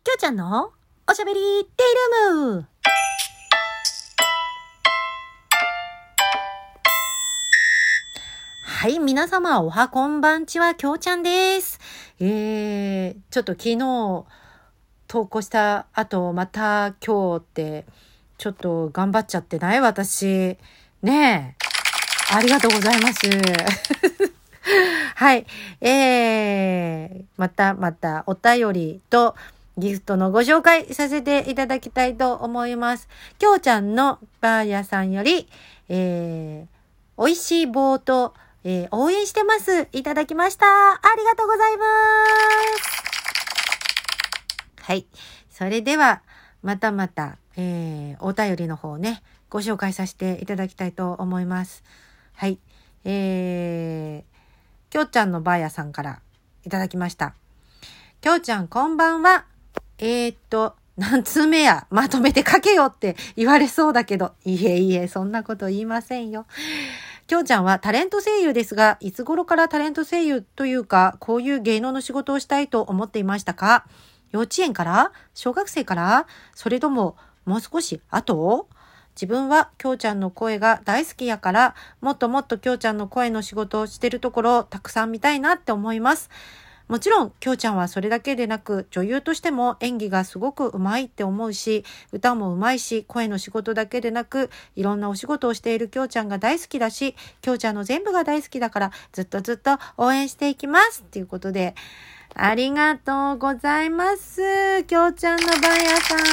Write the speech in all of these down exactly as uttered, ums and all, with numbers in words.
きょうちゃんのおしゃべりデイルーム。はい、皆様おはこんばんちは、きょうちゃんです。えー、ちょっと昨日投稿した後また今日ってちょっと頑張っちゃってない私ねえ、ありがとうございますはい、えー、またまたお便りとギフトのご紹介させていただきたいと思います。きょうちゃんのバー屋さんより、えー、美味しい棒と、えー、応援してます。いただきました。ありがとうございます。はい。それでは、またまた、えー、お便りの方ね、ご紹介させていただきたいと思います。はい。えー、きょうちゃんのバー屋さんからいただきました。きょうちゃんこんばんは。えーっと、何通目や、まとめて書けよって言われそうだけど、いえいえ、そんなこと言いませんよ。きょうちゃんはタレント声優ですが、いつ頃からタレント声優というか、こういう芸能の仕事をしたいと思っていましたか？幼稚園から？小学生から？それとも、もう少し後？自分はきょうちゃんの声が大好きやから、もっともっときょうちゃんの声の仕事をしてるところをたくさん見たいなって思います。もちろん、きょうちゃんはそれだけでなく、女優としても演技がすごく上手いって思うし、歌も上手いし、声の仕事だけでなく、いろんなお仕事をしているきょうちゃんが大好きだし、きょうちゃんの全部が大好きだから、ずっとずっと応援していきます。ということで、ありがとうございます。きょうちゃんのバー屋さん。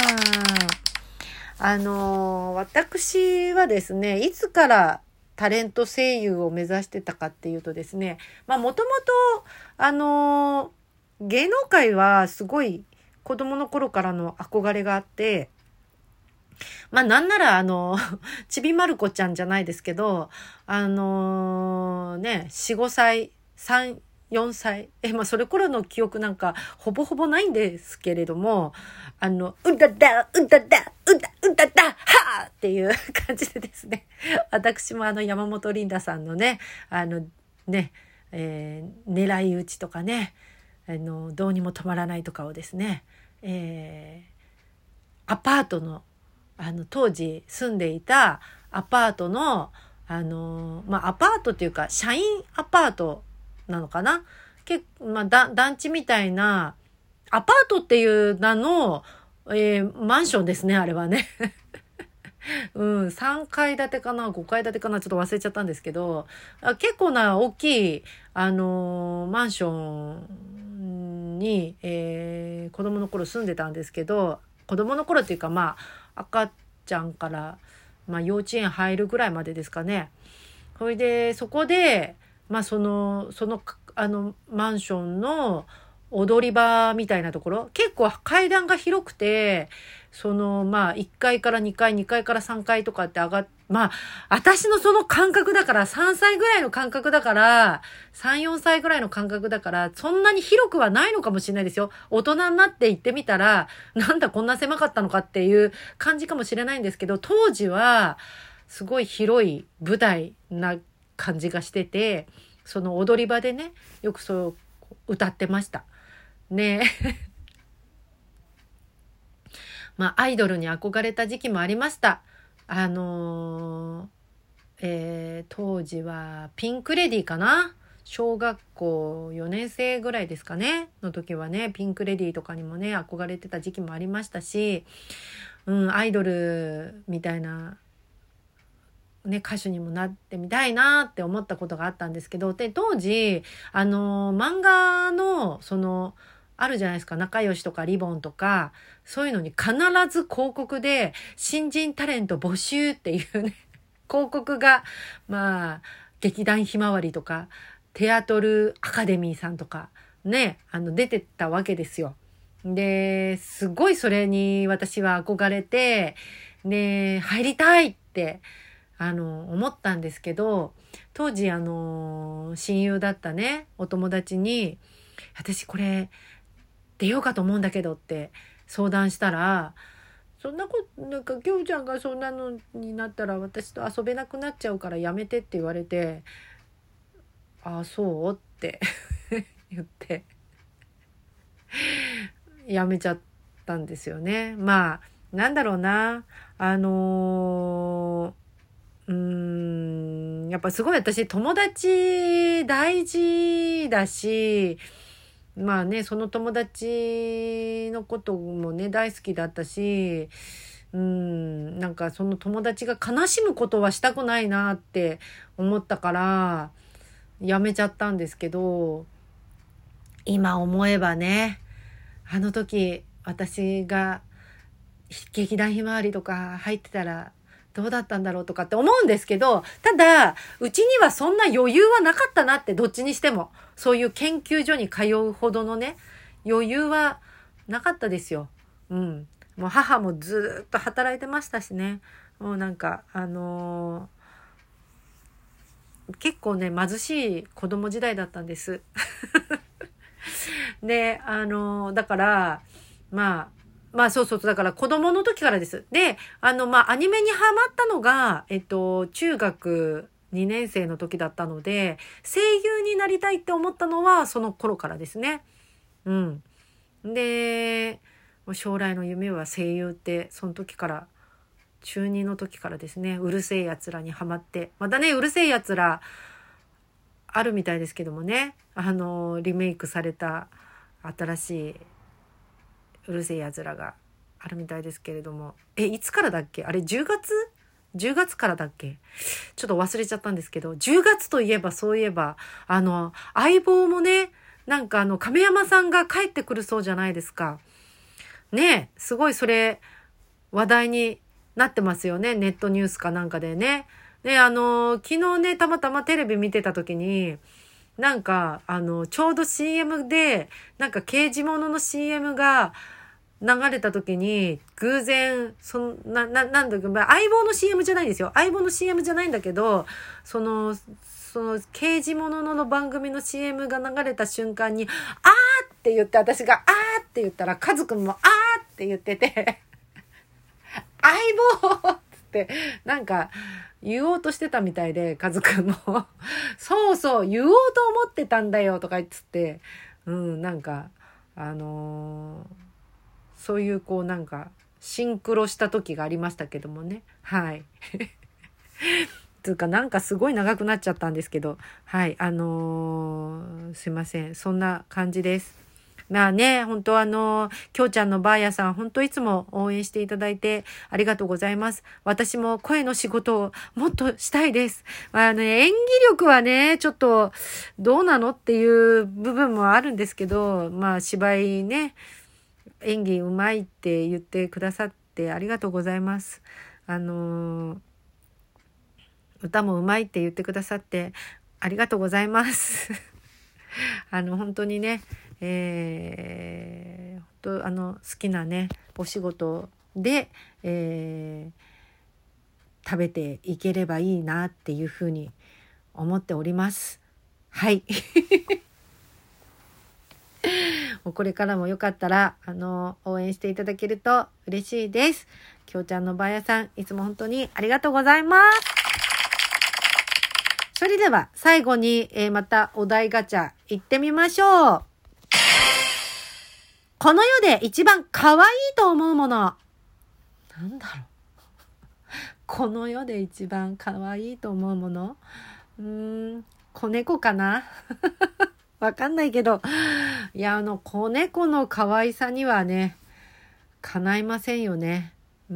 あのー、私はですね、いつからタレント声優を目指してたかっていうとですね、まあもともと、あのー、芸能界はすごい子供の頃からの憧れがあって、まあなんならあの、ちびまる子ちゃんじゃないですけど、あのー、ね、よん、ごさい、さん、よんさい、え、まあそれ頃の記憶なんかほぼほぼないんですけれども、あの、うんだだ、うんだだ、うんだ、うんだだ、はぁっていう感じでですね、私もあの山本リンダさんのね、あのね、えー、狙い撃ちとかね、あの、どうにも止まらないとかをですね、えー、アパートのあの当時住んでいたアパートのあのまあアパートっていうか社員アパートなのかな、けまあだ団地みたいなアパートっていう名の、えー、マンションですね、あれはねうん、さんかい建てかなごかい建てかなちょっと忘れちゃったんですけど、結構な大きいあのー、マンションに、えー、子供の頃住んでたんですけど、子供の頃っていうかまあ赤ちゃんから、まあ、幼稚園入るぐらいまでですかね。それでそこでまあそのそのあのマンションの踊り場みたいなところ、結構階段が広くて、そのまあいっかいからにかい、にかいからさんかいとかって上がっ、まあ私のその感覚だからさんさいぐらいの感覚だから、さん、よんさいぐらいの感覚だから、そんなに広くはないのかもしれないですよ。大人になって行ってみたら、なんだこんな狭かったのかっていう感じかもしれないんですけど、当時はすごい広い舞台な感じがしてて、その踊り場でね、よくそう歌ってました。ねまあアイドルに憧れた時期もありました。あのーえー、当時はピンクレディーかな、小学校よねん生ぐらいですかねの時はね、ピンクレディーとかにもね憧れてた時期もありましたし、うん、アイドルみたいなね、歌手にもなってみたいなって思ったことがあったんですけど、で当時あの漫画のそのあるじゃないですか、仲良しとかリボンとか、そういうのに必ず広告で新人タレント募集っていうね広告が、まあ劇団ひまわりとかテアトルアカデミーさんとかね、あの出てたわけですよ。ですごいそれに私は憧れて、で入りたいってあの思ったんですけど、当時あの親友だったねお友達に、私これ出ようかと思うんだけどって相談したら、そんなことなんかきょうちゃんがそんなのになったら私と遊べなくなっちゃうからやめてって言われて、ああそうって言って、 やめちゃったんですよね。まあ、なんだろうな。あのー、うーん、やっぱすごい私友達大事だし、まあね、その友達のこともね、大好きだったし、うん、なんかその友達が悲しむことはしたくないなって思ったから、やめちゃったんですけど、今思えばね、あの時私が劇団ひまわりとか入ってたらどうだったんだろうとかって思うんですけど、ただうちにはそんな余裕はなかったなって、どっちにしてもそういう研究所に通うほどのね余裕はなかったですよ。うん、もう母もずっと働いてましたしね、もうなんかあのー、結構ね貧しい子供時代だったんですであのー、だからまあまあそうそうそう、だから子供の時からです。で、あのまあアニメにハマったのが、えっと、中学にねん生の時だったので、声優になりたいって思ったのはその頃からですね。うん。で、将来の夢は声優って、その時から、中にの時からですね、うるせえやつらにハマって、またね、うるせえやつら、あるみたいですけどもね、あの、リメイクされた新しいうるせえやつらがあるみたいですけれども、えいつからだっけ、あれじゅうがつじゅうがつからだっけ、ちょっと忘れちゃったんですけど、じゅうがつといえばそういえばあの相棒もね、なんかあの亀山さんが帰ってくるそうじゃないですかね。すごいそれ話題になってますよね、ネットニュースかなんかでね。であの昨日ねたまたまテレビ見てた時に、なんかあのちょうど シーエム でなんか刑事物の シーエム が流れた時に偶然そんなななんだか、まあ、相棒の シーエム じゃないですよ、相棒の シーエム じゃないんだけど、そのその刑事物の番組の シーエム が流れた瞬間にあーって言って、私があーって言ったらカズくんもあーって言ってて相棒ってなんか言おうとしてたみたいで、カズくんもそうそう言おうと思ってたんだよとか言っつって、うんなんかあのーそういうこうなんかシンクロした時がありましたけどもね。はいつうかなんかすごい長くなっちゃったんですけど、はいあのー、すいません、そんな感じです。まあね、本当あのきょうちゃんのばあやさん、本当いつも応援していただいてありがとうございます。私も声の仕事をもっとしたいです。あの、ね、演技力はねちょっとどうなのっていう部分もあるんですけど、まあ芝居ね、演技うまいって言ってくださってありがとうございます。あのー、歌もうまいって言ってくださってありがとうございますあの本当にね、えー、本当あの好きなねお仕事で、えー、食べていければいいなっていうふうに思っております。はいこれからもよかったらあの応援していただけると嬉しいです。きょうちゃんのばあやさん、いつも本当にありがとうございます。それでは最後に、えー、またお題ガチャ行ってみましょう。この世で一番可愛いと思うもの、なんだろうこの世で一番可愛いと思うもの、うーん子猫かなわかんないけど、いやあの子猫の可愛さにはねかないませんよね。うん、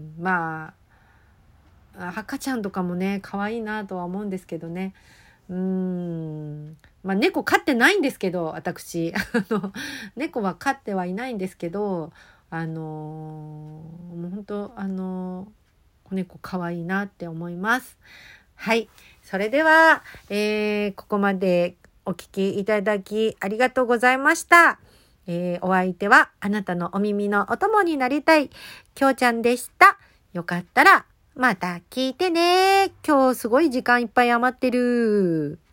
まあ赤ちゃんとかもね可愛いなとは思うんですけどね。うーんまあ猫飼ってないんですけど、私あの猫は飼ってはいないんですけど、あのもう本当あの子猫可愛いなって思います。はい、それでは、えー、ここまでお聞きいただきありがとうございました。えー、お相手はあなたのお耳のお供になりたいきょうちゃんでした。よかったらまた聞いてね。今日すごい時間いっぱい余ってる。